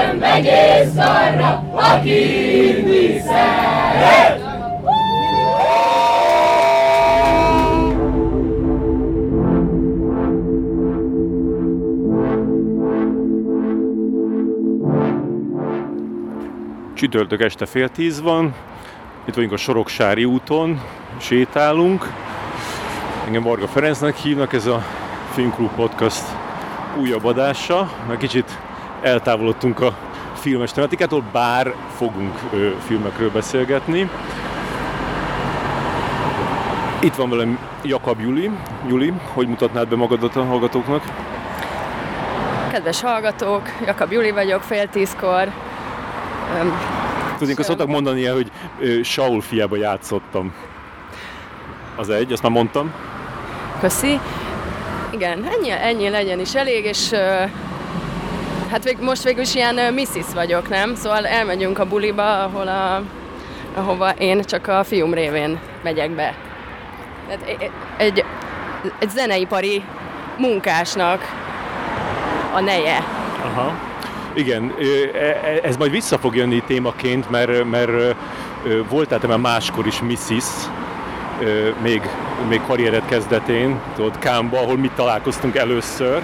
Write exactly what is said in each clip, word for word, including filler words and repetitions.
nem egész arra, aki inni szeret. Csütörtök este fél tíz van, itt vagyunk a Soroksári úton, sétálunk. Engem Varga Ferencnek hívnak, ez a Filmklub Podcast újabb adása, mert kicsit eltávolodtunk a filmes tematikától, bár fogunk ö, filmekről beszélgetni. Itt van velem Jakab Juli. Juli, hogy mutatnád be magadat a hallgatóknak? Kedves hallgatók, Jakab Juli vagyok, fél tízkor. Tudnék, azt szoktak mondani, hogy ö, Saul fiába játszottam. Az egy, azt már mondtam. Köszi. Igen, ennyi, ennyi legyen is elég, és uh, hát vég, most végül is ilyen uh, missis vagyok, nem? Szóval elmegyünk a buliba, ahol a, ahova én csak a fiúm révén megyek be. Tehát egy, egy zeneipari munkásnak a neje. Aha. Igen, ez majd vissza fog jönni témaként, mert, mert voltál te már máskor is missis, még, még karriered kezdetén, tudod, Cannesba, ahol mi találkoztunk először,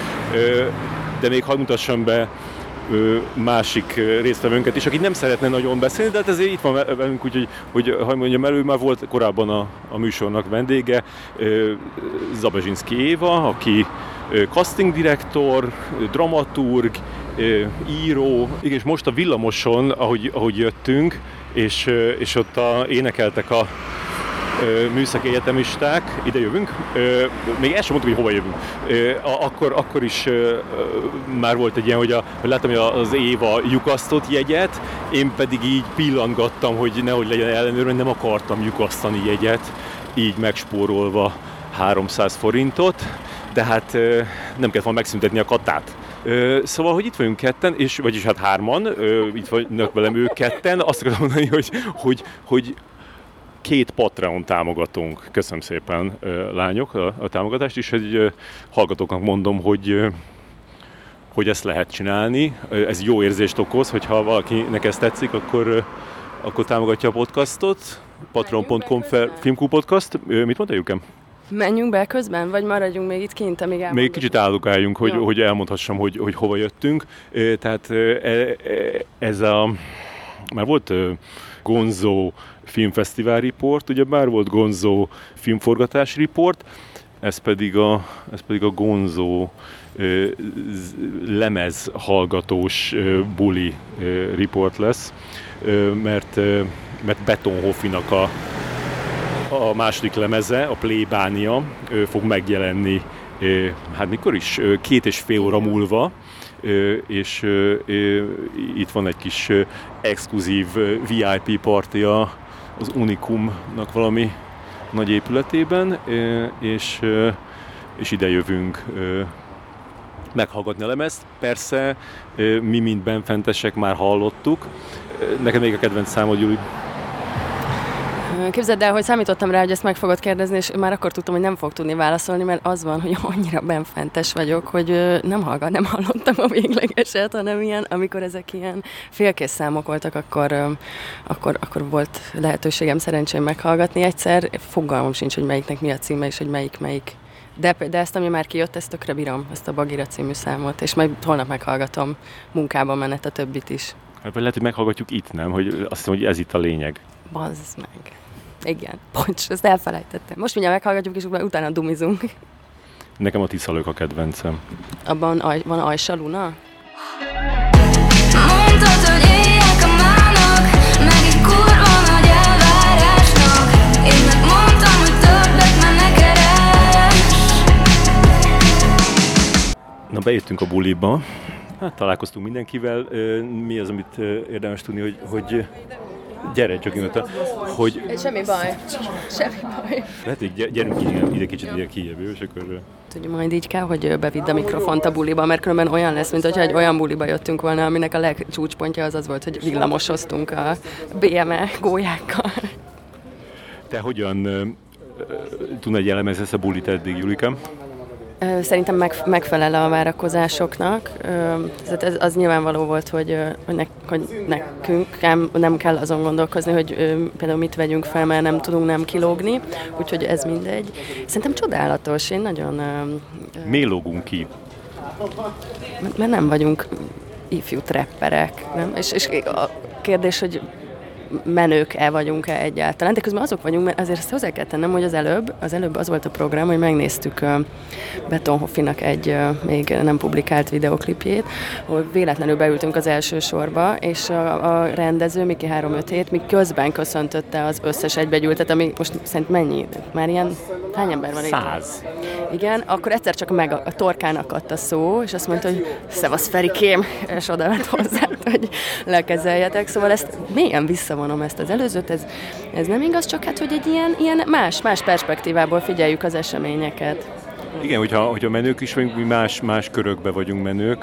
de még hadd mutassam be másik résztvevőnket is, aki nem szeretne nagyon beszélni, de hát ezért itt van velünk, úgyhogy, hogy, hogy mondjam elő, már volt korábban a, a műsornak vendége, Zabezsinszky Éva, aki casting direktor, dramaturg, író, és most a villamoson, ahogy, ahogy jöttünk, és, és ott a, énekeltek a műszaki egyetemisták, ide jövünk, még el sem mondtuk, hogy hova jövünk. Akkor, akkor is már volt egy ilyen, hogy, a, hogy láttam, hogy az Éva lyukasztott jegyet, én pedig így pillantgattam, hogy nehogy legyen ellenőr, nem akartam lyukasztani jegyet, így megspórolva háromszáz forintot, de hát nem kellett volna megszüntetni a katát. Szóval, hogy itt vagyunk ketten, és, vagyis hát hárman, itt vannak velem ők ketten, azt akarom mondani, hogy, hogy, hogy két Patreon támogatónk. Köszönöm szépen, lányok, a, a támogatást, és hogy hallgatóknak mondom, hogy, hogy ezt lehet csinálni. Ez jó érzést okoz, hogyha valakinek ezt tetszik, akkor, akkor támogatja a podcastot. patreon pont com Filmklub Podcast. Mit mondta, Jukem? Menjünk be közben, vagy maradjunk még itt kint, amíg elmondom? Még kicsit állukáljunk, hogy, hogy elmondhassam, hogy, hogy hova jöttünk. Tehát ez a... Már volt Gonzo Filmfesztivál Report, ugye bár volt Gonzo Filmforgatás Report, ez pedig a, ez pedig a Gonzo lemezhallgatós buli report lesz, mert, mert Betonhoffinak a A második lemeze, a Plébánia fog megjelenni, hát mikor is? Két és fél óra múlva, és itt van egy kis exkluzív vé i pé partija az Unikumnak valami nagy épületében, és, és ide jövünk meghallgatni a lemezt. Persze, mi mind benfentesek már hallottuk. Neked még a kedvenc számod, Júli? Képzeld el, hogy számítottam rá, hogy ezt meg fogod kérdezni, és már akkor tudtam, hogy nem fog tudni válaszolni, mert az van, hogy annyira benfentes vagyok, hogy nem hallgat, nem hallottam a véglegeset, hanem ilyen, amikor ezek ilyen félkész számok voltak, akkor, akkor, akkor volt lehetőségem, szerencsém meghallgatni egyszer. Fogalmam sincs, hogy melyiknek mi a címe, és hogy melyik melyik. De, de ezt, ami már kijött, ezt tökre bírom, ezt a Bagira című számot, és majd holnap meghallgatom munkában menet a többit is. Hát vagy lehet, hogy meghallgatjuk itt, nem? Hogy azt hiszem, hogy ez itt a lényeg. Bazd meg. Igen, bocs, ezt elfelejtettem. Most mindjárt meghallgatjuk, és utána dumizunk. Nekem a Tiszalők a kedvencem. Abban aj, van Ajsa Luna? Mondtad, hogy éljek a mának, meg egy kurva nagy elvárásnak. Én meg mondtam, hogy többet már ne keres. Na, bejöttünk a buliba. Hát találkoztunk mindenkivel. Mi az, amit érdemes tudni, hogy... hogy gyere, csak nyugodtan, hogy... Semmi baj. Semmi baj. Lehet, hogy gyerünk ide, ide kicsit ide kijövő, és akkor... Tudja, majd így kell, hogy bevidd a mikrofont a buliba, mert különben olyan lesz, mint hogyha egy olyan buliba jöttünk volna, aminek a legcsúcspontja az az volt, hogy villamosoztunk a bé em e gólyákkal. Te hogyan tudnád jellemezni ezt a bulit eddig, Julika? Szerintem meg, megfelel a várakozásoknak. Ez, az nyilvánvaló volt, hogy, hogy, ne, hogy nekünk nem kell azon gondolkozni, hogy például mit vegyünk fel, mert nem tudunk nem kilógni, úgyhogy ez mindegy. Szerintem csodálatos, én nagyon... Mi lógunk ki? Mert nem vagyunk ifjú trapperek, nem? És, és a kérdés, hogy menők-e vagyunk-e egyáltalán, de közben azok vagyunk, mert azért ezt hozzá kell tennem, hogy az előbb, az előbb az volt a program, hogy megnéztük uh, Beton Hoffinak egy uh, még nem publikált videoklipjét, ahol véletlenül beültünk az első sorba, és a, a rendező Miki három öt hét még közben köszöntötte az összes egybegyűltet, ami most szerint mennyi? Már ilyen, hány ember van itt? Száz. Igen, akkor egyszer csak meg a, a torkán akadt a szó, és azt mondta, hogy szevasz Ferikém, és oda ment hozzá, hogy lekezeljetek, szóval ezt mélyen visszavonom ezt az előzőt, ez, ez nem igaz, csak hát, hogy egy ilyen, ilyen más, más perspektívából figyeljük az eseményeket. Igen, hogyha, hogyha menők is vagyunk, mi más, más körökbe vagyunk menők.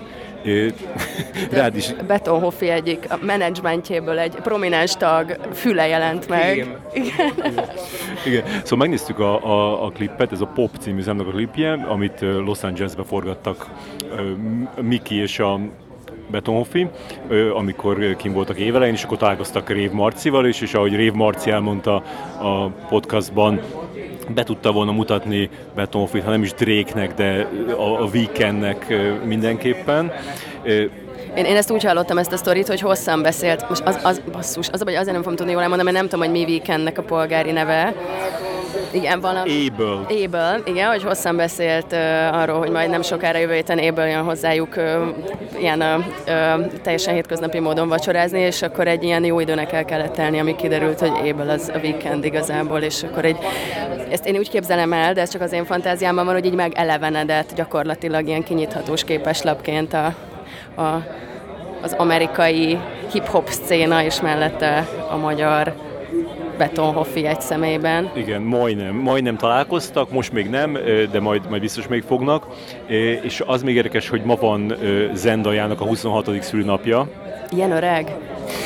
Rád is... Beton Hoffi egyik a menedzsmentjéből egy prominens tag füle jelent meg. Igen. Igen. Igen. Szóval megnéztük a, a, a klippet, ez a Pop című számnak a klipje, amit Los Angelesbe forgattak Miki és a Beton Hoffi, amikor kim voltak évelején, és akkor találkoztak Rév Marcival is, és ahogy Rév Marci elmondta a podcastban, be tudta volna mutatni Beton Hoffit, ha nem is Drake-nek, de a, a Weekendnek mindenképpen. Én, én ezt úgy hallottam, ezt a sztorit, hogy hosszan beszélt, most az, az basszus, az a baj, azért nem fogom tudni jól elmondani, mert nem tudom, hogy mi Weekendnek a polgári neve. Igen, valami... Able. Able, igen, hogy hosszan beszélt uh, arról, hogy majd nem sokára jövő héten Able jön hozzájuk uh, ilyen uh, uh, teljesen hétköznapi módon vacsorázni, és akkor egy ilyen jó időnek el kellett telni, ami kiderült, hogy Able az a Weekend igazából, és akkor egy, ezt én úgy képzelem el, de ez csak az én fantáziámban van, hogy így megelevenedett gyakorlatilag ilyen kinyithatós képeslapként a, a, az amerikai hip-hop szcéna, és mellette a magyar Beton Hoffi egy személyben. Igen, majdnem, majdnem találkoztak, most még nem, de majd, majd biztos még fognak. És az még érdekes, hogy ma van Zendajának a huszonhatodik szülnapja. Ilyen öreg?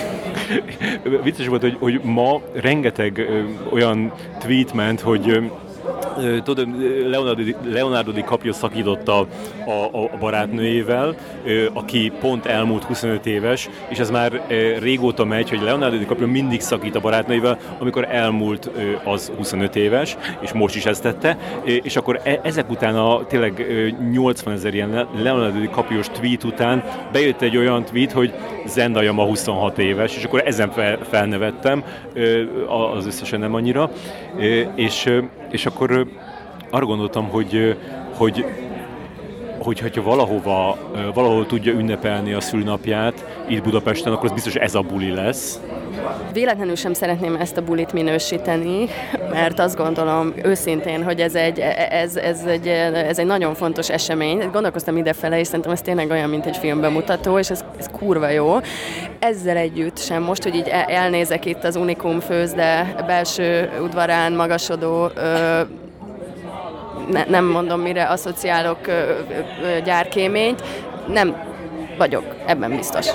Vicces volt, hogy, hogy ma rengeteg olyan tweet ment, hogy tudod, Leonardo, Leonardo DiCaprio szakította a, a, a barátnőjével, aki pont elmúlt huszonöt éves, és ez már régóta megy, hogy Leonardo DiCaprio mindig szakít a barátnőjével, amikor elmúlt az huszonöt éves, és most is ezt tette, és akkor ezek után a tényleg nyolcvanezer ilyen Leonardo DiCaprios tweet után bejött egy olyan tweet, hogy Zendaya ma huszonhat éves, és akkor ezen fel, felnevettem, az összesen nem annyira, és És akkor arra gondoltam, hogy, hogy, hogy hogyha valahova, valahol tudja ünnepelni a szülnapját itt Budapesten, akkor az biztos ez a buli lesz. Véletlenül sem szeretném ezt a bulit minősíteni, mert azt gondolom őszintén, hogy ez egy, ez, ez egy, ez egy nagyon fontos esemény. Gondolkoztam idefele, és szerintem ez tényleg olyan, mint egy filmbemutató, és ez, ez kurva jó. Ezzel együtt sem most, hogy így elnézek itt az Unikum főzde belső udvarán magasodó, ö, ne, nem mondom mire asszociálok ö, ö, gyárkéményt, nem vagyok ebben biztos.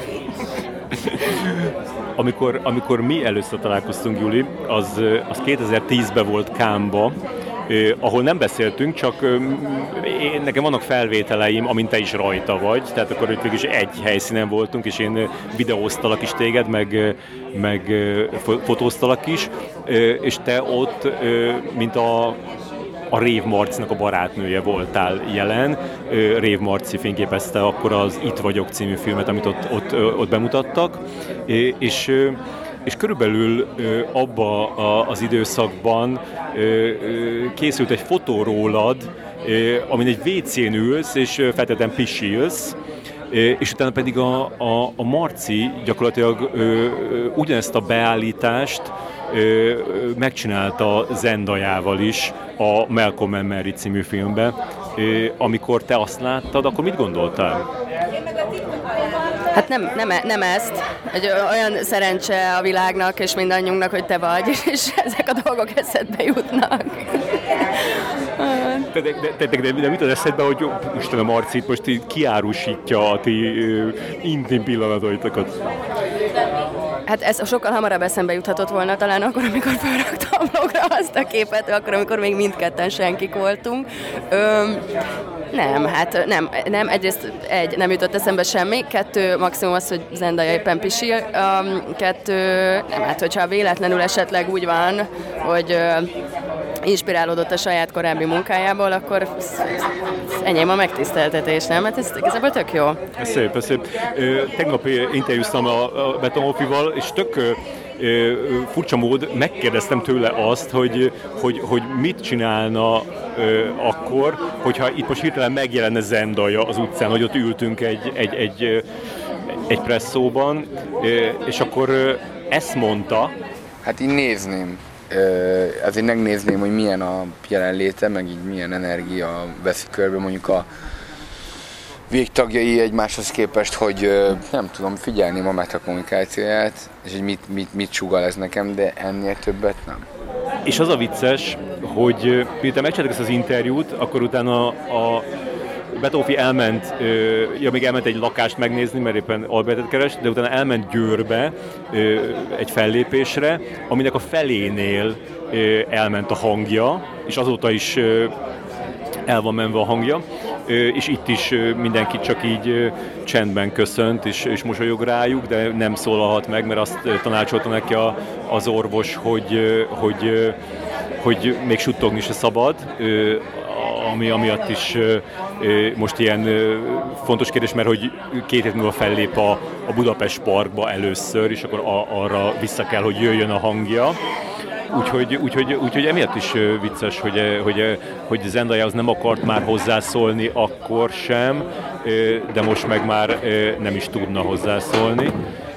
Amikor, amikor mi először találkoztunk, Juli, az, az kétezer-tízben volt Cannesba, eh, ahol nem beszéltünk, csak eh, én, nekem vannak felvételeim, amint te is rajta vagy, tehát akkor itt végül is egy helyszínen voltunk, és én videóztalak is téged, meg, meg fotóztalak is, eh, és te ott, eh, mint a a Rév Marcinak a barátnője voltál jelen. Rév Marci fényképezte akkor az Itt vagyok című filmet, amit ott, ott, ott bemutattak, és, és körülbelül abba az időszakban készült egy fotó rólad, amin egy vécén ülsz, és feltétlenül pisilsz, és utána pedig a, a, a Marci gyakorlatilag ö, ö, ugyanezt a beállítást ö, megcsinálta Zendayával is a Malcolm and Mary című filmben. Ö, amikor te azt láttad, akkor mit gondoltál? Hát nem, nem, nem ezt. Egy olyan szerencse a világnak és mindannyiunknak, hogy te vagy, és ezek a dolgok eszedbe jutnak. De, de, de, de, de, de mit az eszedbe, hogy Istenem, Marci itt most így kiárusítja a ti uh, intim pillanataitokat? Hát ez sokkal hamarabb eszembe juthatott volna talán akkor, amikor felraktam blogra azt a képet, akkor, amikor még mindketten senkik voltunk. Öm, Nem, hát nem, nem, egyrészt egy, nem jutott eszembe semmi, kettő, maximum az, hogy Zendaya éppen pisil, um, kettő, nem, hát hogyha véletlenül esetleg úgy van, hogy uh, inspirálódott a saját korábbi munkájából, akkor enyém a megtiszteltetés, nem? Hát ez igazából tök jó. Ez szép, ez szép. Tegnap interjúztam a Betonhoffival, és tök furcsa mód megkérdeztem tőle azt, hogy, hogy, hogy mit csinálna akkor, hogyha itt most hirtelen megjelenne Zendaya az utcán, hogy ott ültünk egy, egy, egy, egy presszóban, és akkor ezt mondta. Hát így nézném. Azért megnézném, hogy milyen a jelenléte, meg így milyen energia veszi körbe mondjuk a végtagjai egymáshoz képest, hogy nem tudom, figyelném a metakommunikációját, és hogy mit, mit, mit sugal ez nekem, de ennél többet nem. És az a vicces, hogy miután megcsináltuk ezt az interjút, akkor utána a Betonhoffi elment, ja még elment egy lakást megnézni, mert éppen Albertet keres, de utána elment Győrbe egy fellépésre, aminek a felénél elment a hangja, és azóta is el van menve a hangja, és itt is mindenki csak így csendben köszönt, és, és mosolyog rájuk, de nem szólalhat meg, mert azt tanácsolta neki a, az orvos, hogy, hogy, hogy még suttogni se szabad, ami amiatt is most ilyen fontos kérdés, mert hogy két hét múlva fellép a, a Budapest Parkba először, és akkor a, arra vissza kell, hogy jöjjön a hangja. Úgyhogy, úgyhogy, úgyhogy emiatt is vicces, hogy, hogy, hogy Zendayához nem akart már hozzászólni akkor sem, de most meg már nem is tudna hozzászólni.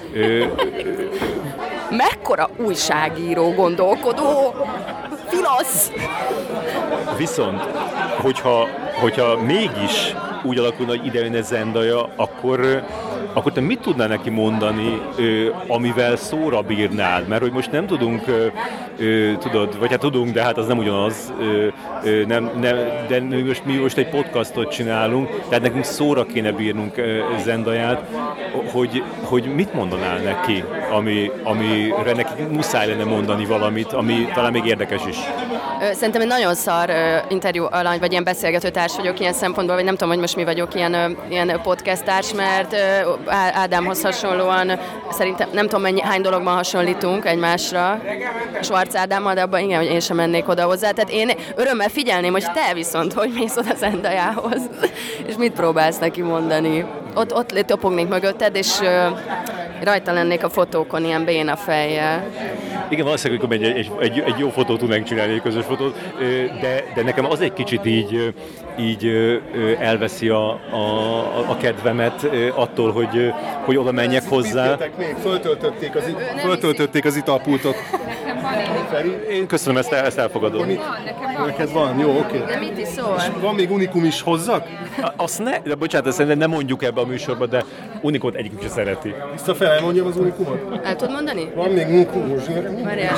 Mekkora újságíró, gondolkodó, filasz! Viszont, hogyha, hogyha mégis úgy alakulna, hogy ide jönne Zendaya, akkor, akkor te mit tudnál neki mondani, amivel szóra bírnál? Mert hogy most nem tudunk, tudod, vagy hát tudunk, de hát az nem ugyanaz, nem, nem, de most, mi most egy podcastot csinálunk, tehát nekünk szóra kéne bírnunk Zendayát, hogy, hogy mit mondanál neki, ami, amire neki muszáj lenne mondani valamit, ami talán még érdekes is. Szerintem egy nagyon szar interjú alany, vagy ilyen beszélgető társ vagyok ilyen szempontból, vagy nem tudom, hogy most mi vagyok ilyen, ilyen podcast társ, mert Ádámhoz hasonlóan szerintem nem tudom mennyi, hány dologban hasonlítunk egymásra, Schwarz Ádámmal, de abban igen, hogy én sem mennék oda hozzá. Tehát én örömmel figyelném, hogy te viszont hogy mész oda Zendayához, és mit próbálsz neki mondani. Ott, ott topognék mögötted, és rajta lennék a fotókon ilyen béna fejjel. Igen, valószínűleg, hogy egy, egy, egy, egy jó fotót tudnánk csinálni, egy közös fotót, de, de nekem az egy kicsit így, így elveszi a, a, a kedvemet attól, hogy, hogy oda menjek hozzá. Még föltöltötték az, föltöltötték az italpultot. Én köszönöm, ezt, ezt elfogadom. Van, nekem van. Neked van, jó, oké. De mit is szól? Van még unikum is hozzak? Azt ne, de bocsánat, ezt nem mondjuk ebbe a műsorba, de unikumot egyikünk se szereti. Visszafele elmondjam az unikumot? El tudod mondani? Van még unikum. Várjál.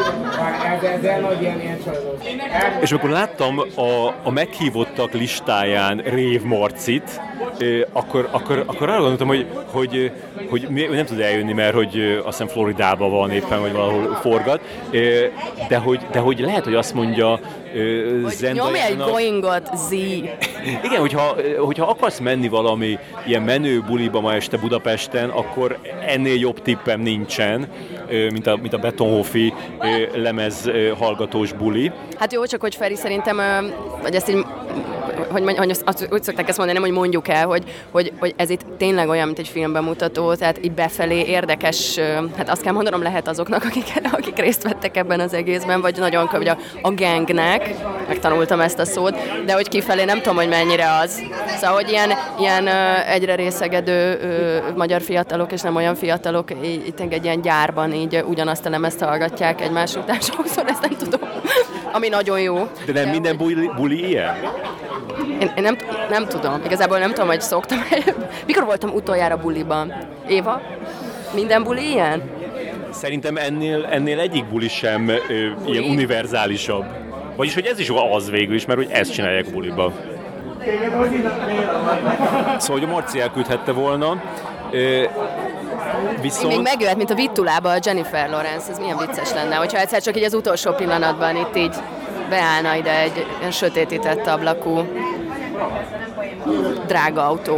És amikor láttam a, a meghívottak listáján Rév Marcit, akkor, akkor, akkor arra gondoltam, hogy, hogy, hogy nem tud eljönni, mert hogy azt hiszem Floridában van éppen, vagy valahol forgat, de hogy, de hogy lehet, hogy azt mondja Zendayának... Nyomj egy Goingot, Z! Igen, hogyha, hogyha akarsz menni valami ilyen menő buliba ma este Budapesten, akkor ennél jobb tippem nincsen, mint a, mint a Betonhoffi lemez hallgatós buli. Hát jó, csak hogy Feri szerintem, vagy ezt így, hogy, hogy azt, úgy szokták ezt mondani, nem, hogy mondjuk el, hogy, hogy, hogy ez itt tényleg olyan, mint egy filmbemutató, tehát így befelé érdekes, hát azt kell mondanom, lehet azoknak, akik, akik részt vettek ebben az egészben, vagy nagyon hogy a, a gangnek, megtanultam ezt a szót, de hogy kifelé nem tudom, hogy mennyire az. Szóval, hogy ilyen, ilyen egyre részegedő magyar fiatalok, és nem olyan fiatalok, itt egy ilyen gyárban így ugyanazt a lemezt hallgatják egymás után, sokszor ezt nem tudom, ami nagyon jó. De nem de minden buli, buli ilyen? Én, én nem, nem tudom, igazából nem tudom, hogy szoktam. Mikor voltam utoljára buliban? Éva? Minden buli ilyen? Szerintem ennél, ennél egyik buli sem ö, ilyen univerzálisabb. Vagyis, hogy ez is az végül is, mert hogy ezt csinálják buliba. Szóval, hogy a Marci elküldhette volna. Ö, viszont... Még megjöhet, mint a Vittulába a Jennifer Lawrence, ez milyen vicces lenne, hogyha egyszer csak így az utolsó pillanatban itt így beállna ide egy ilyen sötétített ablakú drága autó.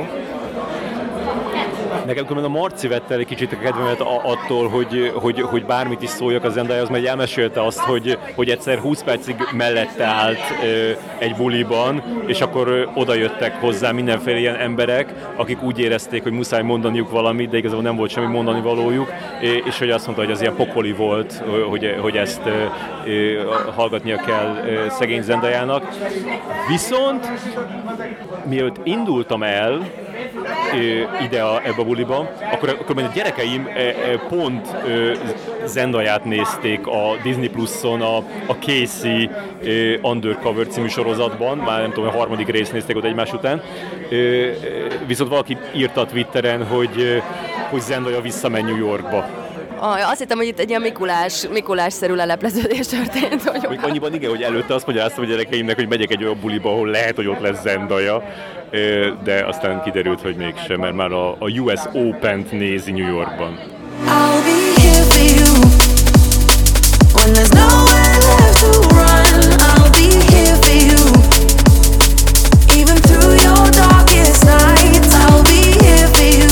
Nekem különben a Marci vette el egy kicsit a kedvemet attól, hogy, hogy, hogy bármit is szóljak az Zendaya, az meg elmesélte azt, hogy, hogy egyszer húsz percig mellette állt egy buliban, és akkor oda jöttek hozzá mindenféle ilyen emberek, akik úgy érezték, hogy muszáj mondaniuk valamit, de igazából nem volt semmi mondani valójuk, és hogy azt mondta, hogy az ilyen pokoli volt, hogy, hogy ezt hallgatnia kell szegény Zendayának. Viszont mielőtt indultam el ide a, ebbe a buliba, akkor, akkor a gyerekeim pont Zendayát nézték a Disney Pluson a, a Casey Undercover című sorozatban, már nem tudom, a harmadik részt nézték ott egymás után. Viszont valaki írta a Twitteren, hogy, hogy Zendaya visszamegy New Yorkba. Ah, azt hittem, hogy itt egy ilyen Mikulás, Mikulás-szerű lelepleződés történt. Hogy Még annyiban igen, hogy előtte azt magyaráztam a gyerekeimnek, hogy megyek egy olyan buliba, ahol lehet, hogy ott lesz Zendaya, de aztán kiderült, hogy mégsem, mert már a, a U S Open-t nézi New Yorkban. I'll be here for you when there's nowhere left to run. I'll be here for you even through your darkest nights. I'll be here for you.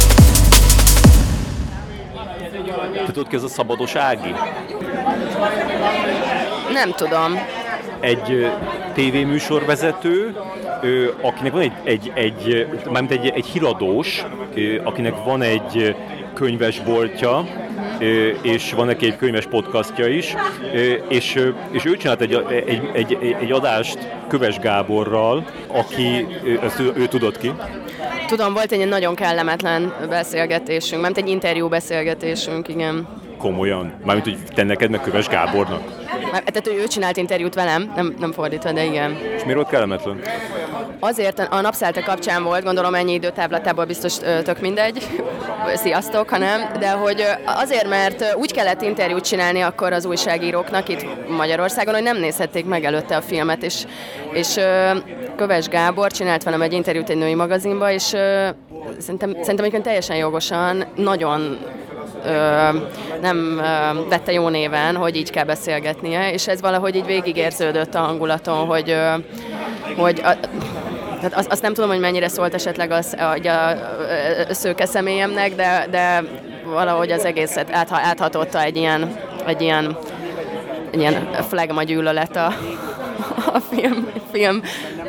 Te tudod ki ez a Szabados Ági? nem tudom. Egy tévéműsorvezető, akinek van egy, egy, egy, mármint egy, egy híradós, akinek van egy könyvesboltja, és van neki egy könyves podcastja is, és, és ő csinált egy, egy, egy, egy adást Köves Gáborral, aki, ezt ő, ő tudott ki. Tudom, volt egy nagyon kellemetlen beszélgetésünk, mert egy interjú beszélgetésünk, igen. Komolyan? Mármint, hogy te neked meg Köves Gábornak? Tehát ő, ő csinált interjút velem, nem, nem fordítva, de igen. És miért volt kellemetlen? Azért a Napszállta kapcsán volt, gondolom ennyi időtávlatából biztos tök mindegy, sziasztok, ha nem, de hogy azért, mert úgy kellett interjút csinálni akkor az újságíróknak itt Magyarországon, hogy nem nézhették meg előtte a filmet, és, és Köves Gábor csinált velem egy interjút egy női magazinba, és szerintem, szerintem egyébként teljesen jogosan, nagyon Ö, nem ö, vette jó néven, hogy így kell beszélgetnie, és ez valahogy így végigérződött a hangulaton, hogy, ö, hogy a, tehát azt, azt nem tudom, hogy mennyire szólt esetleg az, a, a, a szőke személyemnek, de, de valahogy az egészet át, áthatotta egy ilyen, egy ilyen, egy ilyen flagma gyűlölet a, a film, film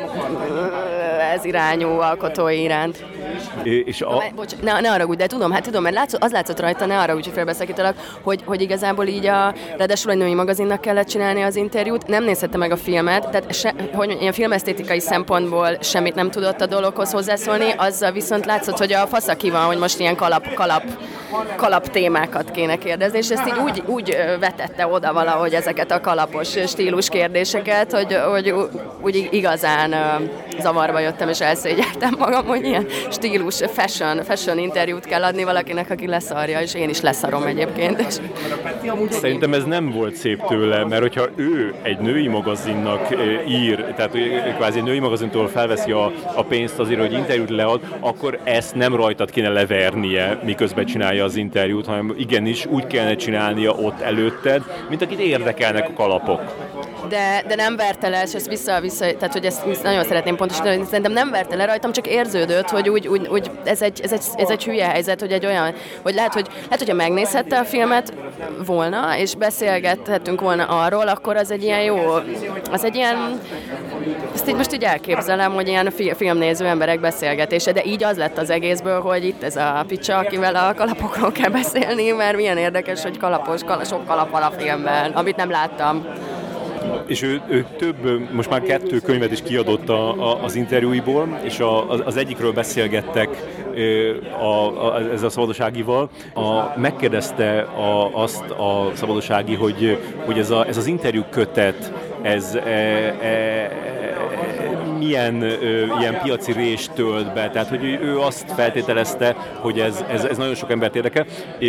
ez irányú alkotói iránt. És a... Na, bocs, ne, ne haragudj, de tudom, hát tudom, mert látszott, az látszott rajta, ne haragudj, hogy félbeszakítalak, hogy, hogy igazából így a, ráadásul egy női magazinnak kellett csinálni az interjút, nem nézhette meg a filmet, tehát se, hogy ilyen filmesztétikai szempontból semmit nem tudott a dologhoz hozzászólni, azzal viszont látszott, hogy a fasza ki van, hogy most ilyen kalap, kalap, kalap témákat kéne kérdezni, és ezt így úgy, úgy vetette oda valahogy ezeket a kalapos stílus kérdéseket, hogy, hogy úgy igazán zavarba jöttem, és elszégyeltem magam, hogy ilyen stílus, fashion, fashion interjút kell adni valakinek, aki leszarja, és én is leszarom egyébként. És... Szerintem ez nem volt szép tőle, mert hogyha ő egy női magazinnak ír, tehát kvázi egy női magazintól felveszi a, a pénzt azért, hogy interjút lead, akkor ezt nem rajtad kéne levernie, miközben csinálja az interjút, hanem igenis úgy kellene csinálnia ott előtted, mint akit érdekelnek a kalapok. De, de nem verte le, és ezt vissza-vissza, tehát hogy ezt, ezt nagyon szeretném pontosítani, hogy szerintem nem verte le rajtam, csak érződött, hogy úgy, úgy, úgy ez, egy, ez, egy, ez egy hülye helyzet, hogy egy olyan, hogy lehet, hogy lehet, hogyha megnézhette a filmet volna, és beszélgethettünk volna arról, akkor az egy ilyen jó, az egy ilyen, ezt így most így elképzelem, hogy ilyen filmnéző emberek beszélgetése, de így az lett az egészből, hogy itt ez a picsa, akivel a kalapokról kell beszélni, mert milyen érdekes, hogy kalapos, kal- sok kalap van a filmben, amit nem láttam. És ő, ő több, most már kettő könyvet is kiadott a, a, az interjúiból, és a, az egyikről beszélgettek a, a, ez a Szabados Ágival. A, megkérdezte a, azt a Szabados Ági, hogy, hogy ez, a, ez az interjú kötet, ez e, e, milyen ö, ilyen piaci rést tölt be, tehát hogy ő azt feltételezte, hogy ez, ez, ez nagyon sok embert érdekel,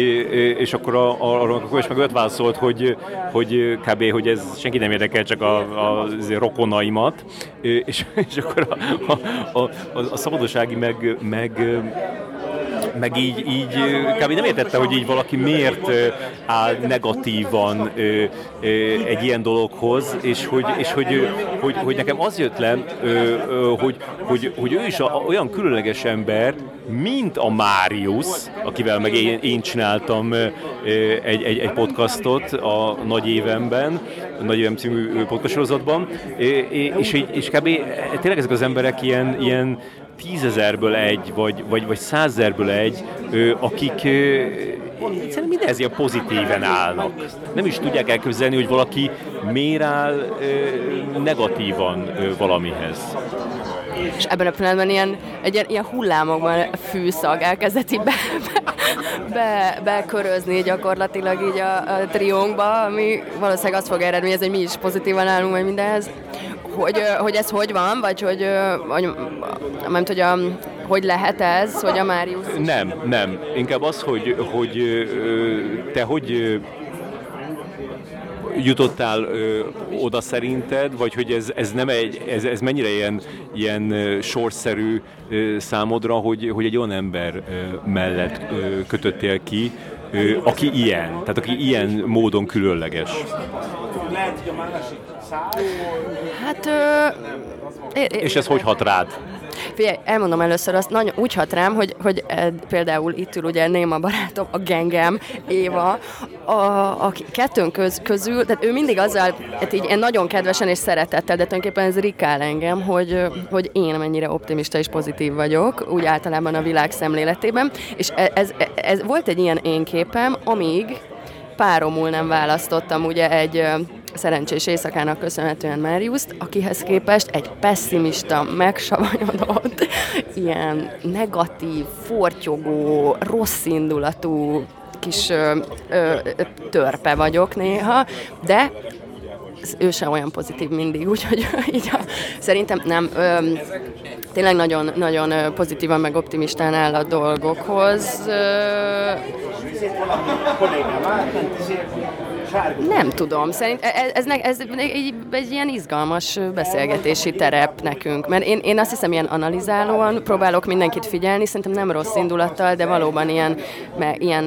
és akkor a, a, a Köves meg öt válaszolt, hogy, hogy kb. Hogy ez senki nem érdekel, csak a, a, a rokonaimat, és, és akkor a, a, a, a Szabados Ági meg, meg meg így, így kb. Nem értette, hogy így valaki miért áll negatívan egy ilyen dologhoz, és hogy, és hogy, hogy, hogy nekem az jött le, hogy, hogy, hogy ő is olyan különleges ember, mint a Máriusz, akivel meg én, én csináltam egy, egy, egy podcastot a Nagy Évemben, a Nagy Évem című podcastsorozatban, és, és kb. Tényleg ezek az emberek ilyen, ilyen tízezerből egy, vagy, vagy, vagy százezerből egy, akik egyszerűen mindez ilyen pozitíven állnak. Nem is tudják elképzelni, hogy valaki miért áll negatívan valamihez. És ebben a pillanatban ilyen, egy ilyen, ilyen hullámokban fűszag elkezdett így be, be, bekörözni gyakorlatilag így a, a triónkba, ami valószínűleg azt fog eredményezni, hogy mi is pozitívan állunk majd mindenhez. Hogy, hogy ez hogy van, vagy hogy, hogy, nem, hogy, a, hogy lehet ez, hogy a Máriusz... Nem, nem. Inkább az, hogy, hogy te hogy jutottál ö, oda szerinted, vagy hogy ez, ez, nem egy, ez, ez mennyire ilyen, ilyen sorszerű ö, számodra, hogy, hogy egy olyan ember ö, mellett ö, kötöttél ki, ö, aki ilyen, tehát aki ilyen módon különleges. Hát... Ö, é, é, És ez hogy hat rád? Figyelj, elmondom először azt, nagyon úgy hat rám, hogy, hogy e, például itt ül ugye Néma barátom, a gengem, Éva, a, a kettőnk köz, közül, tehát ő mindig azzal, hát így nagyon kedvesen és szeretettel, de tulajdonképpen ez rikál engem, hogy, hogy én mennyire optimista és pozitív vagyok, úgy általában a világ szemléletében, és ez, ez, ez volt egy ilyen én képem, amíg páromul nem választottam ugye egy szerencsés éjszakának köszönhetően Máriuszt, akihez képest egy pesszimista, megsavanyodott, ilyen negatív, fortyogó, rosszindulatú kis ö, ö, törpe vagyok néha, de ő sem olyan pozitív mindig, úgyhogy így a, szerintem nem, ö, tényleg nagyon, nagyon pozitívan meg optimistán áll a dolgokhoz. Ö, Nem tudom, szerint ez, ez, ez egy, egy ilyen izgalmas beszélgetési terep nekünk, mert én, én azt hiszem ilyen analizálóan próbálok mindenkit figyelni, szerintem nem rossz indulattal, de valóban ilyen, mert ilyen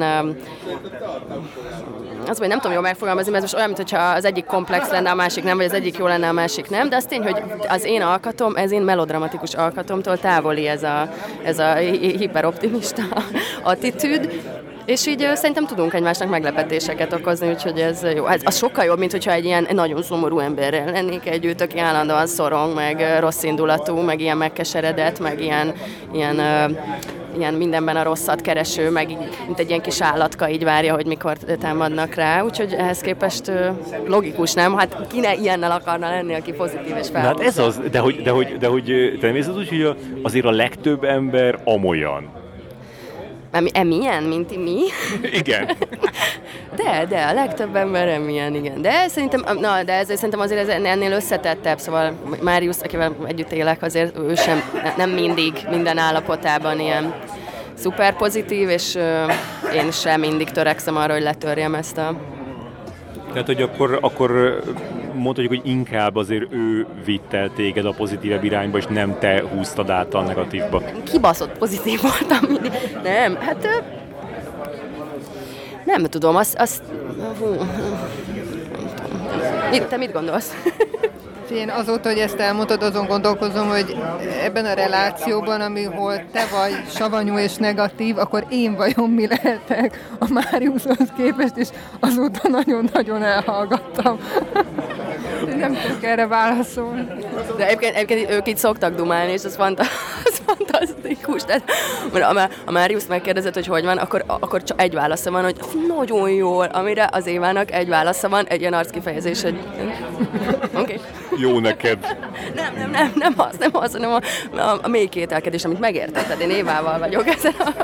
az, hogy nem tudom jól megfogalmazni, mert ez most olyan, mintha az egyik komplex lenne, a másik nem, vagy az egyik jó lenne, a másik nem, de az tény, hogy az én alkatom, ez én melodramatikus alkatomtól távoli ez a, ez a hiperoptimista attitűd, és így uh, szerintem tudunk egymásnak meglepetéseket okozni, úgyhogy ez jó. Ez, az sokkal jobb, mint hogyha egy ilyen nagyon szomorú emberrel lennék együtt, aki állandóan szorong, meg uh, rossz indulatú, meg ilyen megkeseredett, meg ilyen, ilyen, uh, ilyen mindenben a rosszat kereső, meg így, mint egy ilyen kis állatka így várja, hogy mikor támadnak rá. Úgyhogy ehhez képest uh, logikus, nem? Hát ki ne ilyennel akarna lenni, aki pozitív és fel. Hát ez az, de hogy, de hogy, de hogy te nem érzed úgy, hogy azért a legtöbb ember amolyan. Emilyen, mint mi? Igen. De, de, a legtöbb ember emilyen, igen. De szerintem, na, de ez, szerintem azért ez ennél összetettebb, szóval Máriusz, akivel együtt élek, azért ő sem, nem mindig, minden állapotában ilyen szuper pozitív, és uh, én sem mindig törekszem arra, hogy letörjem ezt a... Tehát, hogy akkor, akkor mondhatjuk, hogy inkább azért ő vitt el téged a pozitívebb irányba, és nem te húztad át a negatívba. Kibaszott pozitív voltam mindig. Nem, hát... Nem tudom, azt... azt hú, mit, te mit gondolsz? Én azóta, hogy ezt elmondod, azon gondolkozom, hogy ebben a relációban, amihol te vagy savanyú és negatív, akkor én vajon mi lehetek a Máriuszhoz képest, és azóta nagyon-nagyon elhallgattam. Nem tudok erre válaszolni. De egyébként, egyébként ők így szoktak dumálni, és az, fanta, az fantasztikus. Tehát, mert a Máriusz megkérdezett, hogy hogy van, akkor, akkor csak egy válasza van, hogy nagyon jól, amire az Évának egy válasza van, egy ilyen arckifejezés, hogy oké. Okay. Jó neked. Nem, nem, nem, nem az, nem az, hanem a, a, a mély kételkedés, amit megértetted, én Évával vagyok ezen a...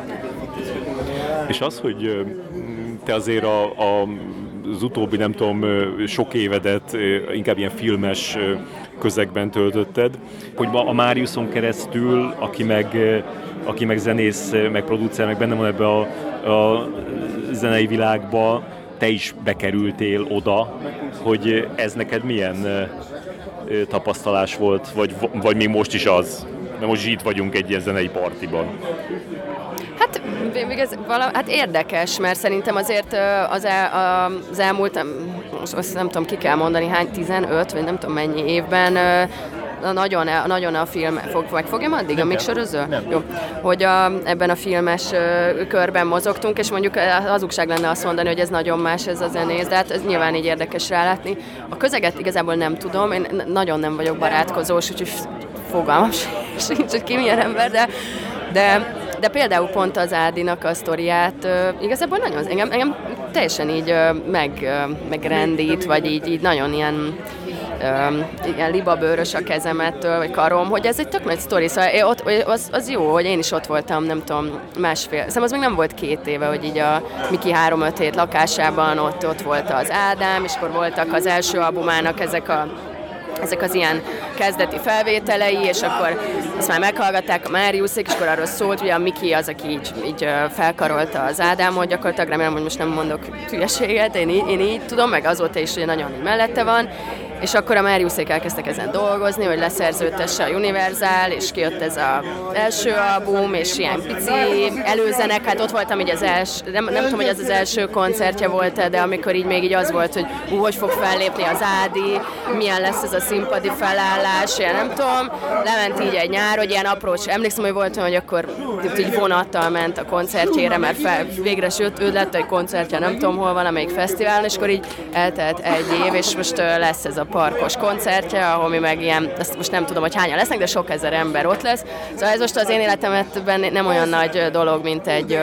És az, hogy te azért a, a, az utóbbi, nem tudom, sok évedet inkább ilyen filmes közegben töltötted, hogy a Máriuszon keresztül, aki meg, aki meg zenész, meg producer, meg benne van ebbe a, a zenei világba, te is bekerültél oda, hogy ez neked milyen tapasztalás volt, vagy, vagy még most is az? Mert most itt vagyunk egy ilyen zenei partiban. Hát Hát, még ez vala, hát érdekes, mert szerintem azért az, el, az elmúlt, most azt nem tudom, ki kell mondani, hány, tizenöt, vagy nem tudom mennyi évben, nagyon, nagyon a film, fog, meg fogjam addig, amíg söröző? Nem. Jó. Hogy a, ebben a filmes körben mozogtunk, és mondjuk hazugság lenne azt mondani, hogy ez nagyon más ez a zenész, de hát ez nyilván így érdekes rálátni. A közeget igazából nem tudom, én nagyon nem vagyok barátkozós, úgyhogy fogalmam sincs, hogy ki milyen ember, de, de, de például pont az Ádinak a sztoriát uh, igazából nagyon, engem, engem teljesen így uh, meg, uh, megrendít, vagy így, így nagyon ilyen Um, igen, libabőrös a kezemettől, vagy karom, hogy ez egy tök nagy sztori, szóval ott, az, az jó, hogy én is ott voltam, nem tudom, másfél, szerintem az még nem volt két éve, hogy így a Miki három-öt hét lakásában ott, ott volt az Ádám, és akkor voltak az első albumának ezek a ezek az ilyen kezdeti felvételei, és akkor azt már meghallgatták a Máriuszék, és akkor arról szólt, ugye a Miki az, aki így, így felkarolta az Ádámot, gyakorlatilag remélem, hogy most nem mondok hülyeséget, én így, én így tudom, meg azóta is ugye nagyon mellette van, és akkor a Máriuszék elkezdtek ezen dolgozni, hogy leszerződtesse a Universal, és kijött ez az első album, és ilyen pici előzenek, hát ott voltam így az első, nem, nem tudom, hogy az az első koncertje volt, de amikor így még így az volt, hogy ú, hogy fog fellépni az Ádi, milyen lesz ez a színpadi felállás, ilyen nem tudom, lement így egy nyár, hogy ilyen aprós, emlékszem, hogy volt olyan, hogy akkor így vonattal ment a koncertjére, mert fel, végre sőt, ő lett egy koncertje, nem tudom hol van, amelyik fesztiválon, és akkor így eltelt egy év, és most lesz ez a parkos koncertje, ahol mi meg ilyen, azt most nem tudom, hogy hányan lesznek, de sok ezer ember ott lesz. Szóval ez most az én életemben nem olyan nagy dolog, mint egy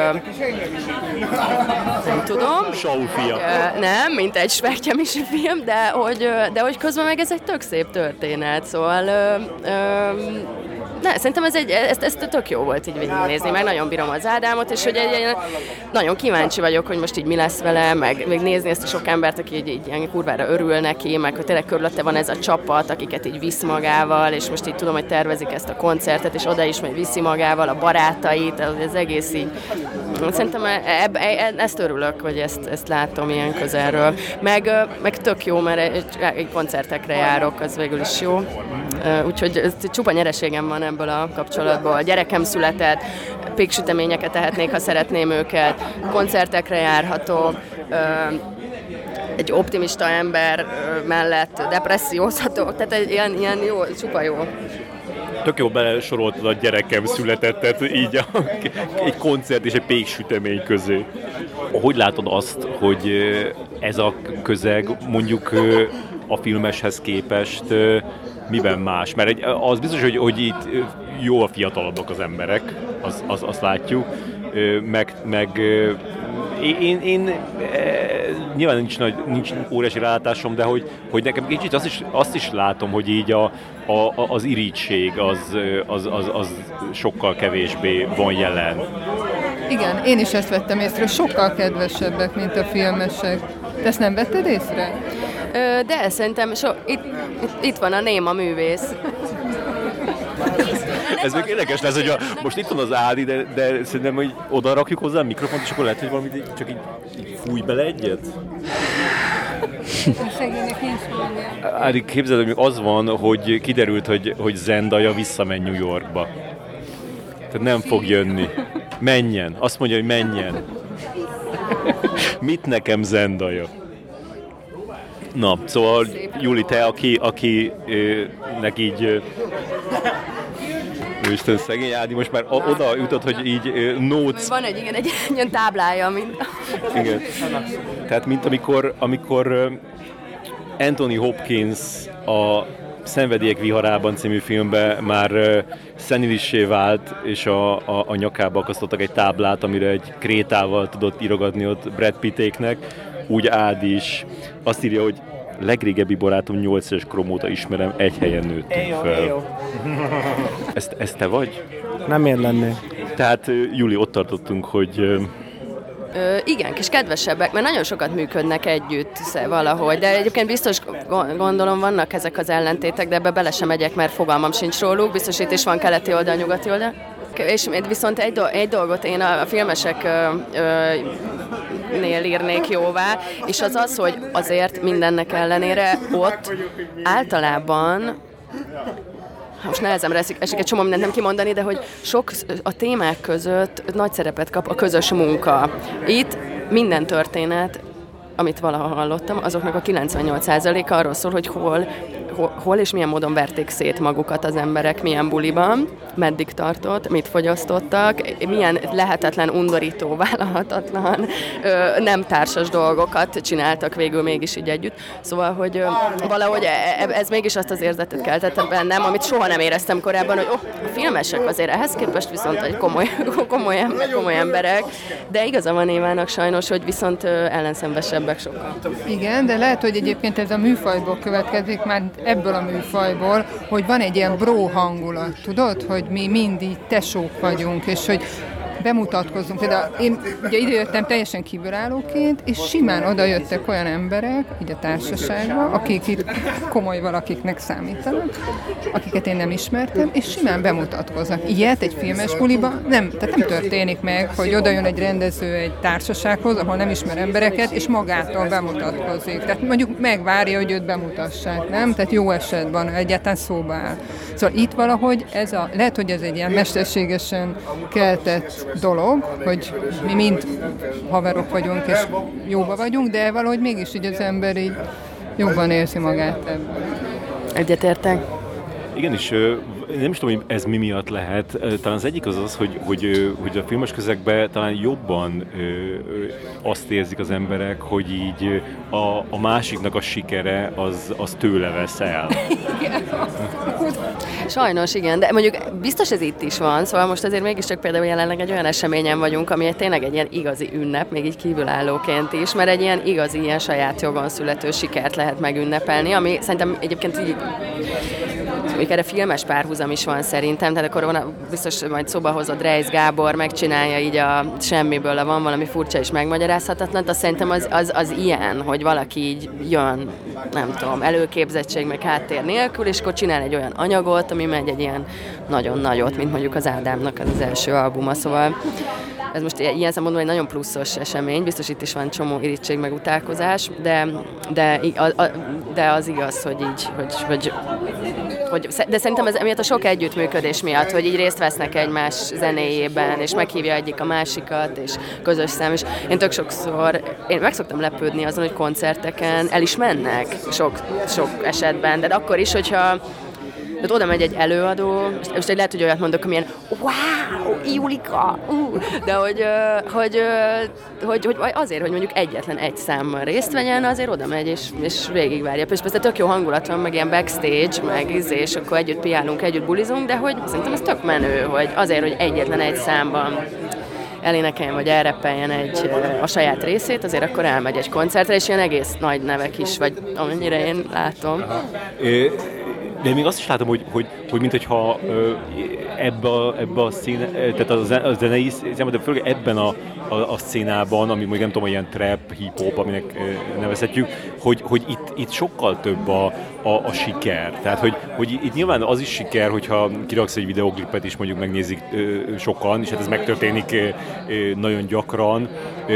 nem tudom. Saufia. Nem, mint egy Spektyemisi film, de hogy, de hogy közben meg ez egy tök szép történet, szóval ö, ö, ne, szerintem ez, egy, ez, ez tök jó volt így végignézni, meg nagyon bírom az Ádámot, és hogy egy, egy, nagyon kíváncsi vagyok, hogy most így mi lesz vele, meg, meg nézni ezt a sok embert, aki így, így ilyen kurvára örül neki, meg hogy tényleg körülötte van ez a csapat, akiket így visz magával, és most így tudom, hogy tervezik ezt a koncertet, és oda is majd viszi magával a barátait, az egész így. Szerintem e, e, e, ezt örülök, hogy ezt, ezt látom ilyen közelről. Meg, meg tök jó, mert egy, egy koncertekre járok, az végül is jó. Úgyhogy csupa nyereségem van ebből a kapcsolatból. A gyerekem született, péksüteményeket tehetnék, ha szeretném őket, koncertekre járhatok, egy optimista ember mellett depressziózhatok, tehát egy ilyen, ilyen jó, csupa jó. Tök jó belesoroltad a gyerekem születettet, így a, egy koncert és egy péksütemény közé. Hogy látod azt, hogy ez a közeg mondjuk a filmeshez képest miben más? Mert egy, az biztos, hogy, hogy itt jó a fiatalabbak az emberek, az, az, azt látjuk, meg, meg én, én nyilván nincs, nagy, nincs óriási rálátásom, de hogy, hogy nekem kicsit azt is, azt is látom, hogy így a, a, az irigység az, az, az, az sokkal kevésbé van jelen. Igen, én is ezt vettem észre, sokkal kedvesebbek, mint a filmesek. Te ezt nem vetted észre? Ö, de szerintem so, itt, itt, itt van a néma művész. Ez még érdekes lesz, hogy a, most itt van az Ádi, de, de szerintem, hogy oda rakjuk hozzá a mikrofont, és akkor lehet, hogy valamit így, csak így, így fúj bele egyet. Szegénynek nincs hangja. Ádi, képzeld, hogy az van, hogy kiderült, hogy, hogy Zendaya visszamegy New Yorkba. Tehát nem fog jönni. Menjen. Azt mondja, hogy menjen. Mit nekem Zendaya? Na, szóval Juli, te, aki, aki nek így... Isten szegény Ádi, most már oda jutott, hogy így notes... Van egy, igen, egy ilyen táblája, mint... Igen. Tehát mint amikor, amikor Anthony Hopkins a Szenvedélyek viharában című filmben már szenilissé vált, és a, a, a nyakába akasztottak egy táblát, amire egy krétával tudott írogatni ott Brad Pittéknek, úgy Ádi is azt írja, hogy legrégebbi barátom nyolc éves korom óta ismerem, egy helyen nőttünk fel. Ezt, ezt te vagy? Nem én lennék. Tehát Juli, ott tartottunk, hogy... Ö, igen, kis kedvesebbek, mert nagyon sokat működnek együtt valahogy, de egyébként biztos gondolom vannak ezek az ellentétek, de ebbe bele sem megyek, mert fogalmam sincs róluk, biztos itt is van keleti oldal, nyugati oldal. És viszont egy, do- egy dolgot én a, a filmeseknél írnék jóvá, és az az, hogy azért mindennek ellenére ott általában most nehezemre esik, esik egy csomó mindent nem kimondani, de hogy sok a témák között nagy szerepet kap a közös munka. Itt minden történet, amit valaha hallottam, azoknak a kilencvennyolc százaléka arról szól, hogy hol, hol, hol és milyen módon verték szét magukat az emberek, milyen buliban, meddig tartott, mit fogyasztottak, milyen lehetetlen, undorító, vállalhatatlan, ö, nem társas dolgokat csináltak végül mégis így együtt. Szóval, hogy ö, valahogy ez mégis azt az érzetet keltette bennem, amit soha nem éreztem korábban, hogy oh, a filmesek azért ehhez képest viszont egy komoly, komoly, komoly emberek, de igaza van Évának sajnos, hogy viszont ö, ellenszenvesebbek sokkal. Igen, de lehet, hogy egyébként ez a műfajból következik, már ebből a műfajból, hogy van egy ilyen bro hangulat, tudod, hogy mi mind így tesók vagyunk, és hogy bemutatkozzunk. Például én ugye idejöttem teljesen kívülállóként, és simán oda jöttek olyan emberek, így a társaságba, akik itt komoly valakiknek számítanak, akiket én nem ismertem, és simán bemutatkoznak. Ilyet egy filmes buliba nem, tehát nem történik meg, hogy oda jön egy rendező egy társasághoz, ahol nem ismer embereket, és magától bemutatkozik. Tehát mondjuk megvárja, hogy őt bemutassák, nem? Tehát jó esetben egyáltalán szóba áll. Szóval itt valahogy ez a, lehet, hogy ez egy ilyen mesterségesen keltett dolog, hogy mi mind haverok vagyunk, és jóba vagyunk, de valahogy mégis így az ember így jobban érzi magát ebben. Egyetértek. Igen, és nem is tudom, hogy ez mi miatt lehet. Talán az egyik az az, hogy, hogy, hogy a filmes közegben talán jobban azt érzik az emberek, hogy így a, a másiknak a sikere az, az tőle vesz el. Sajnos igen, de mondjuk biztos ez itt is van, szóval most azért mégiscsak például jelenleg egy olyan eseményen vagyunk, ami egy tényleg egy ilyen igazi ünnep, még így kívülállóként is, mert egy ilyen igazi, ilyen saját jogon születő sikert lehet megünnepelni, ami szerintem egyébként így mondjuk erre filmes párhuzam is van szerintem, tehát akkor van, biztos majd szóba hozott Reisz Gábor, megcsinálja így a semmiből, a van valami furcsa és megmagyarázhatatlan, azt szerintem az, az, az ilyen, hogy valaki így jön, nem tudom, előképzettség meg háttér nélkül, és akkor csinál egy olyan anyagot, ami megy egy ilyen nagyon nagyot, mint mondjuk az Ádámnak az, az első albuma, szóval ez most ilyen szempontból egy nagyon pluszos esemény, biztos itt is van csomó irítség meg utálkozás, de, de, de az igaz, hogy így, hogy, hogy, hogy de szerintem ez emiatt a sok együttműködés miatt, hogy így részt vesznek egymás zenéjében, és meghívja egyik a másikat, és közös szám, és én tök sokszor, én meg szoktam lepődni azon, hogy koncerteken el is mennek sok, sok esetben, de akkor is, hogyha de oda megy egy előadó, és lehet, hogy olyat mondok, amilyen wow, Julika, uh, de hogy, hogy, hogy, hogy azért, hogy mondjuk egyetlen egy számmal részt vegyen, azért oda megy, és, és végigvárja. És persze tök jó hangulat van, meg ilyen backstage, meg izé, és akkor együtt piálunk, együtt bulizunk, de hogy szerintem ez tök menő, hogy azért, hogy egyetlen egy számban elénekeljen, vagy elreppeljen egy, a saját részét, azért akkor elmegy egy koncertre, és ilyen egész nagy nevek is, vagy amennyire én látom. É- De még azt is látom, hogy, hogy, hogy mintha ebbe a, ebbe a színe, tehát a zenei színában, de főleg ebben a, a, a színában, ami még nem tudom, ilyen trap, hip-hop, aminek nevezhetjük, hogy, hogy itt, itt sokkal több a, a, a siker. Tehát, hogy, hogy itt nyilván az is siker, hogyha kiraksz egy videoklipet is, mondjuk megnézik sokan, és hát ez megtörténik nagyon gyakran,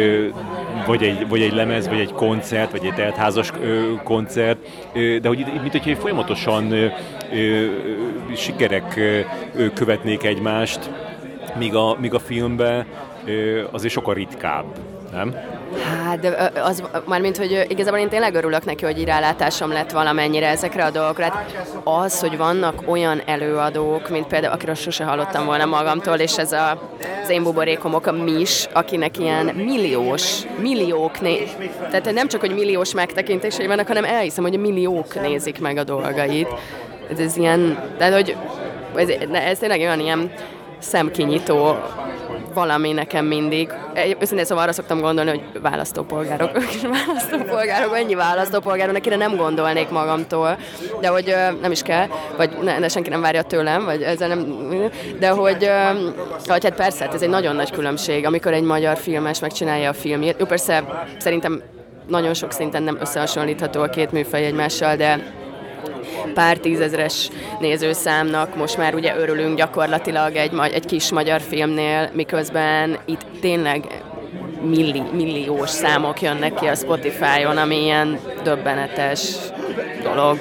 vagy egy, vagy egy lemez, vagy egy koncert, vagy egy teltházas koncert, de hogy itt, mint hogyha folyamatosan ö, ö, sikerek ö, követnék egymást, míg a, míg a filmben ö, azért sokkal ritkább, nem? Hát, de az, mármint, hogy igazából én tényleg örülök neki, hogy így rálátásom lett valamennyire ezekre a dolgokra. Hát az, hogy vannak olyan előadók, mint például, akiről sose hallottam volna magamtól, és ez a, az én buborékomok, a Mis, akinek ilyen milliós, milliók né... Tehát nem csak, hogy milliós megtekintései vannak, hanem elhiszem, hogy milliók nézik meg a dolgait. Ez, ez ilyen, tehát, hogy ez, ez tényleg olyan ilyen szemkinyitó valami nekem mindig. Őszintén szóval arra szoktam gondolni, hogy választópolgárok, ők is választópolgárok, ennyi választópolgárok, akire nem gondolnék magamtól, de hogy nem is kell, vagy ne, ne, senki nem várja tőlem, vagy ezzel nem, de hogy, hogy hát persze, ez egy nagyon nagy különbség, amikor egy magyar filmes megcsinálja a filmjét. Jó, persze szerintem nagyon sok szinten nem összehasonlítható a két műfaj egymással, de pár tízezres nézőszámnak most már ugye örülünk gyakorlatilag egy, egy kis magyar filmnél, miközben itt tényleg milli, milliós számok jönnek ki a Spotify-on, ami ilyen döbbenetes dolog.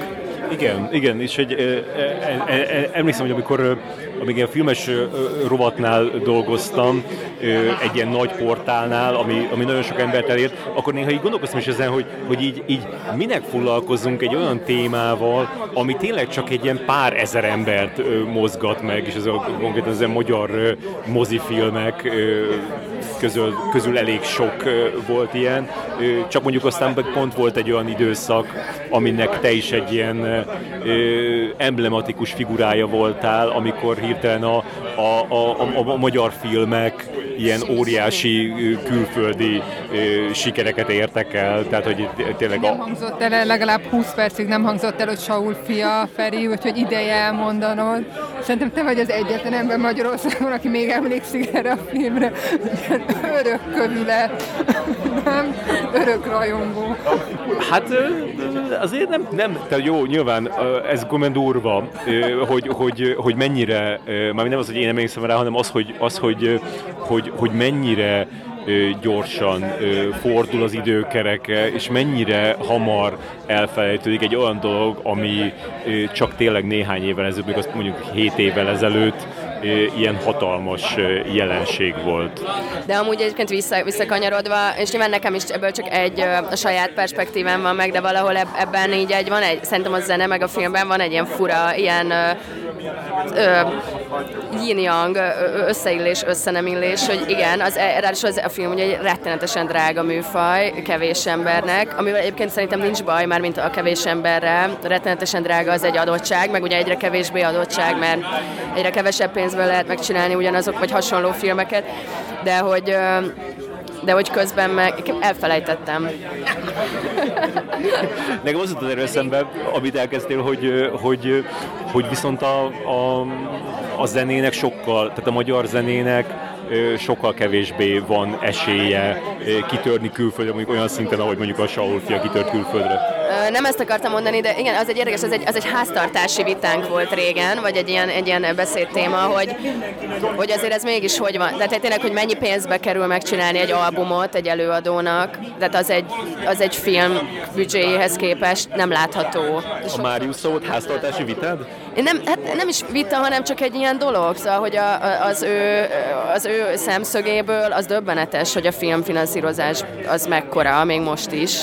Igen, igen, és egy, e, e, e, emlékszem, hogy amikor amíg ilyen filmes rovatnál dolgoztam, egy ilyen nagy portálnál, ami, ami nagyon sok embert elért, akkor néha így gondolkoztam is ezen, hogy, hogy így, így minek foglalkozzunk egy olyan témával, ami tényleg csak egy ilyen pár ezer embert mozgat meg, és ez a, konkrétan az a magyar mozifilmek közül, közül elég sok volt ilyen, csak mondjuk aztán pont volt egy olyan időszak, aminek te is egy ilyen emblematikus figurája voltál, amikor hirtelen a, a, a, a, a magyar filmek ilyen óriási külföldi sikereket értek el, tehát hogy tényleg... Nem hangzott el, legalább húsz percig nem hangzott el, hogy Saul fia, Feri, úgyhogy ideje elmondanod. Szerintem te vagy az egyetlen ember Magyarországon, aki még emlékszik erre a filmre. Örök kövület, nem? Örök rajongó. Hát azért nem, nem, tehát jó, nyilván ez gomen durva, hogy, hogy, hogy mennyire, már nem az, hogy én emlékszem rá, hanem az, hogy, az, hogy, hogy, hogy mennyire gyorsan fordul az időkereke, és mennyire hamar elfelejtődik egy olyan dolog, ami csak tényleg néhány évvel ezelőtt, még azt mondjuk hét évvel ezelőtt ilyen hatalmas jelenség volt. De amúgy egyébként vissza, visszakanyarodva, és nyilván nekem is ebből csak egy a saját perspektívám van meg, de valahol ebben így egy van egy, szerintem a zene meg a filmben van egy ilyen fura, ilyen yin-yang összeillés, összenemillés, hogy igen, az, ráadásul az, a film ugye egy rettenetesen drága műfaj, kevés embernek, amivel egyébként szerintem nincs baj, már mint a kevés emberre, rettenetesen drága az egy adottság, meg ugye egyre kevésbé adottság, mert egyre kevesebb pénzből lehet megcsinálni ugyanazok, vagy hasonló filmeket, de hogy de hogy közben meg elfelejtettem. Nekem az jutott erről eszembe, amit elkezdtél, hogy, hogy, hogy viszont a, a, a zenének sokkal, tehát a magyar zenének sokkal kevésbé van esélye kitörni külföldre, mondjuk olyan szinten, ahogy mondjuk a Saul fia kitört külföldre. Nem ezt akartam mondani, de igen, az egy érdekes, az egy, az egy háztartási vitánk volt régen, vagy egy ilyen, egy ilyen beszédtéma, hogy, hogy azért ez mégis hogy van. Tehát tényleg, hogy mennyi pénzbe kerül megcsinálni egy albumot egy előadónak, tehát az egy, az egy film büdzséjéhez képest nem látható. A Máriusz szót háztartási vitád? Nem, hát nem is vita, hanem csak egy ilyen dolog, szóval, hogy a, az, ő, az ő szemszögéből az döbbenetes, hogy a filmfinanszírozás az mekkora, még most is.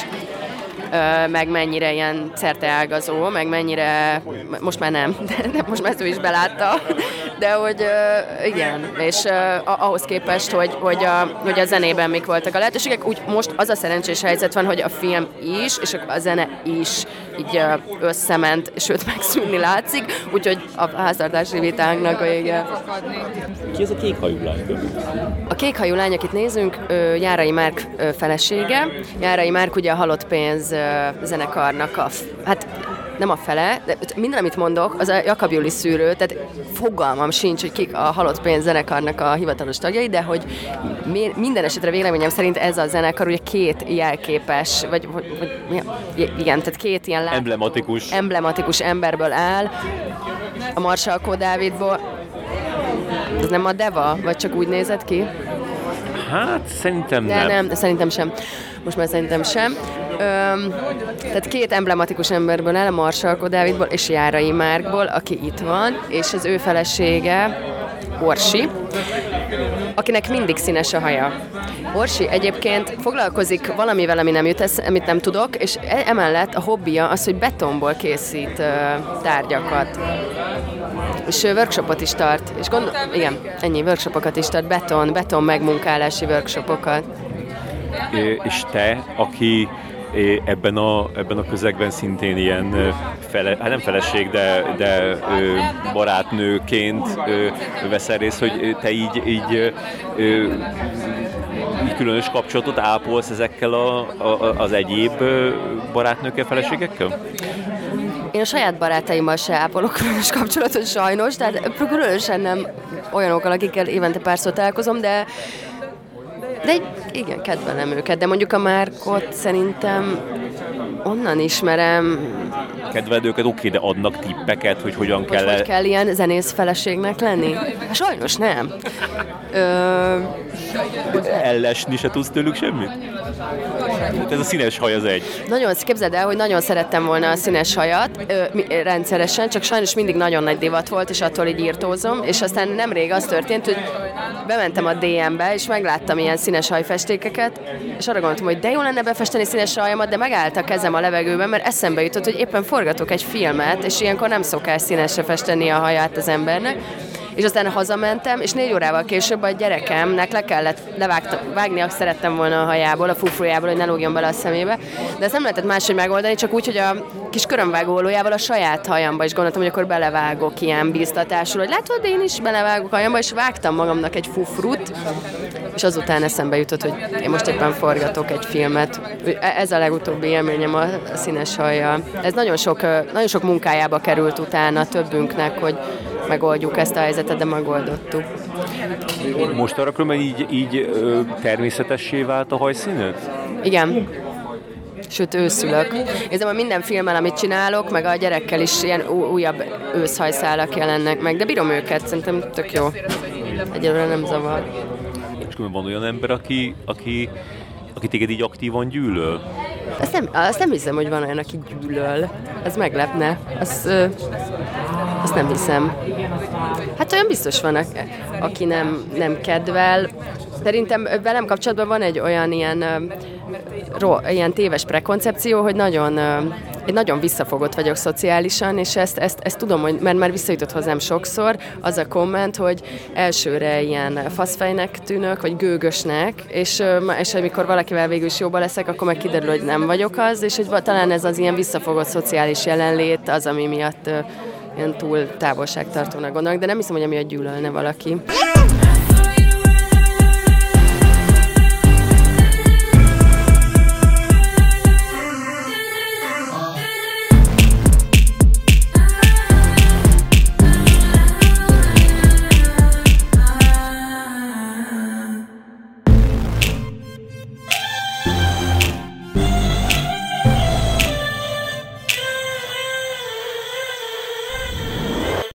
Meg mennyire ilyen szerteágazó, meg mennyire, most már nem, de most már ezt ő is belátta, de hogy igen, és ahhoz képest, hogy, hogy, a, hogy a zenében mik voltak a lehetőségek, úgy most az a szerencsés helyzet van, hogy a film is, és a zene is így összement, sőt megszűnni látszik, úgyhogy a háztartási vitánknak vége. Ki ez a kékhajú lány? A kékhajú lány, akit nézünk, Járai Márk felesége. Járai Márk ugye a Halott Pénz zenekarnak a, hát nem a fele, de minden, amit mondok, az a Jakab Juli szűrő, tehát fogalmam sincs, hogy kik a Halott Pénz zenekarnak a hivatalos tagjai, de hogy minden esetre véleményem szerint ez a zenekar ugye két jelképes, vagy, vagy, vagy igen, tehát két ilyen lát, emblematikus. emblematikus emberből áll, a Marsalkó Dávidból. Ez nem a Deva? Vagy csak úgy nézett ki? Hát szerintem de nem. nem. Szerintem sem. Most már szerintem sem. Öm, tehát két emblematikus emberből áll, a Marsalkó Dávidból és Járai Márkból, aki itt van, és az ő felesége Orsi, akinek mindig színes a haja. Orsi egyébként foglalkozik valamivel, ami nem jut esz, amit nem tudok, és emellett a hobbija az, hogy betonból készít uh, tárgyakat. És workshopot is tart, és gondol, igen, ennyi, workshopokat is tart, beton, beton megmunkálási workshopokat. É, és te, aki ebben a, ebben a közegben szintén ilyen fele, hát nem feleség, de, de barátnőként veszel részt, hogy te így, így, így különös kapcsolatot ápolsz ezekkel a, a, az egyéb barátnőkkel, feleségekkel? Én a saját barátaimmal se ápolok különös kapcsolatot sajnos, tehát különösen nem olyanokkal, akikkel évente párszor találkozom, de De egy, igen, kedvelem őket, de mondjuk a Márkot szerintem onnan ismerem. Kedveled őket, oké, de adnak tippeket, hogy hogyan kell... Hogy, hogy kell ilyen zenész feleségnek lenni? Sajnos nem. Ö... Ellesni se tudsz tőlük semmit? Ez a színes haj az egy. Nagyon, képzeld el, hogy nagyon szerettem volna a színes hajat ö, mi, rendszeresen, csak sajnos mindig nagyon nagy divat volt, és attól így írtózom, és aztán nemrég az történt, hogy bementem a dé em-be, és megláttam ilyen színes hajfestékeket, és arra gondoltam, hogy de jó lenne befesteni színes hajamat, de megállt a kezem a levegőben, mert eszembe jutott, hogy éppen forgatok egy filmet, és ilyenkor nem szokás színesre festeni a haját az embernek. És aztán hazamentem, és négy órával később a gyerekemnek le kellett levágni, azt szerettem volna a hajából, a fufrujából, hogy ne lógjon bele a szemébe. De ezt nem lehetett máshogy megoldani, csak úgy, hogy a kis körömvágólójával a saját hajamba is gondoltam, hogy akkor belevágok ilyen bíztatásul, hogy látod, én is belevágok a hajamba, és vágtam magamnak egy fufrut, és azután eszembe jutott, hogy én most éppen forgatok egy filmet. Ez a legutóbbi élményem a színes hajjal. Ez nagyon sok, nagyon sok munkájába került utána többünknek, hogy megoldjuk ezt a helyzetet, de megoldottuk. Most arra különben így, így ö, természetessé vált a hajszíned? Igen. Sőt, őszülök. Érzem, hogy minden filmmel, amit csinálok, meg a gyerekkel is ilyen újabb őszhajszálak jelennek meg, de bírom őket, szerintem tök jó. Egyelőre nem zavar. És különben van olyan ember, aki, aki, aki téged így aktívan gyűlöl? Azt nem, azt nem hiszem, hogy van olyan, aki gyűlöl. Ez meglepne. Azt, ö, azt nem hiszem. Hát olyan biztos van, aki nem, nem kedvel. Szerintem velem kapcsolatban van egy olyan ilyen, ro, ilyen téves prekoncepció, hogy nagyon, én nagyon visszafogott vagyok szociálisan, és ezt, ezt, ezt tudom, hogy, mert már visszajutott hozzám sokszor az a komment, hogy elsőre ilyen faszfejnek tűnök, vagy gőgösnek, és, és amikor valakivel végül is jóba leszek, akkor meg kiderül, hogy nem vagyok az, és hogy talán ez az ilyen visszafogott szociális jelenlét az, ami miatt ilyen túl távolságtartónak gondolok, de nem hiszem, hogy amiatt gyűlölne valaki.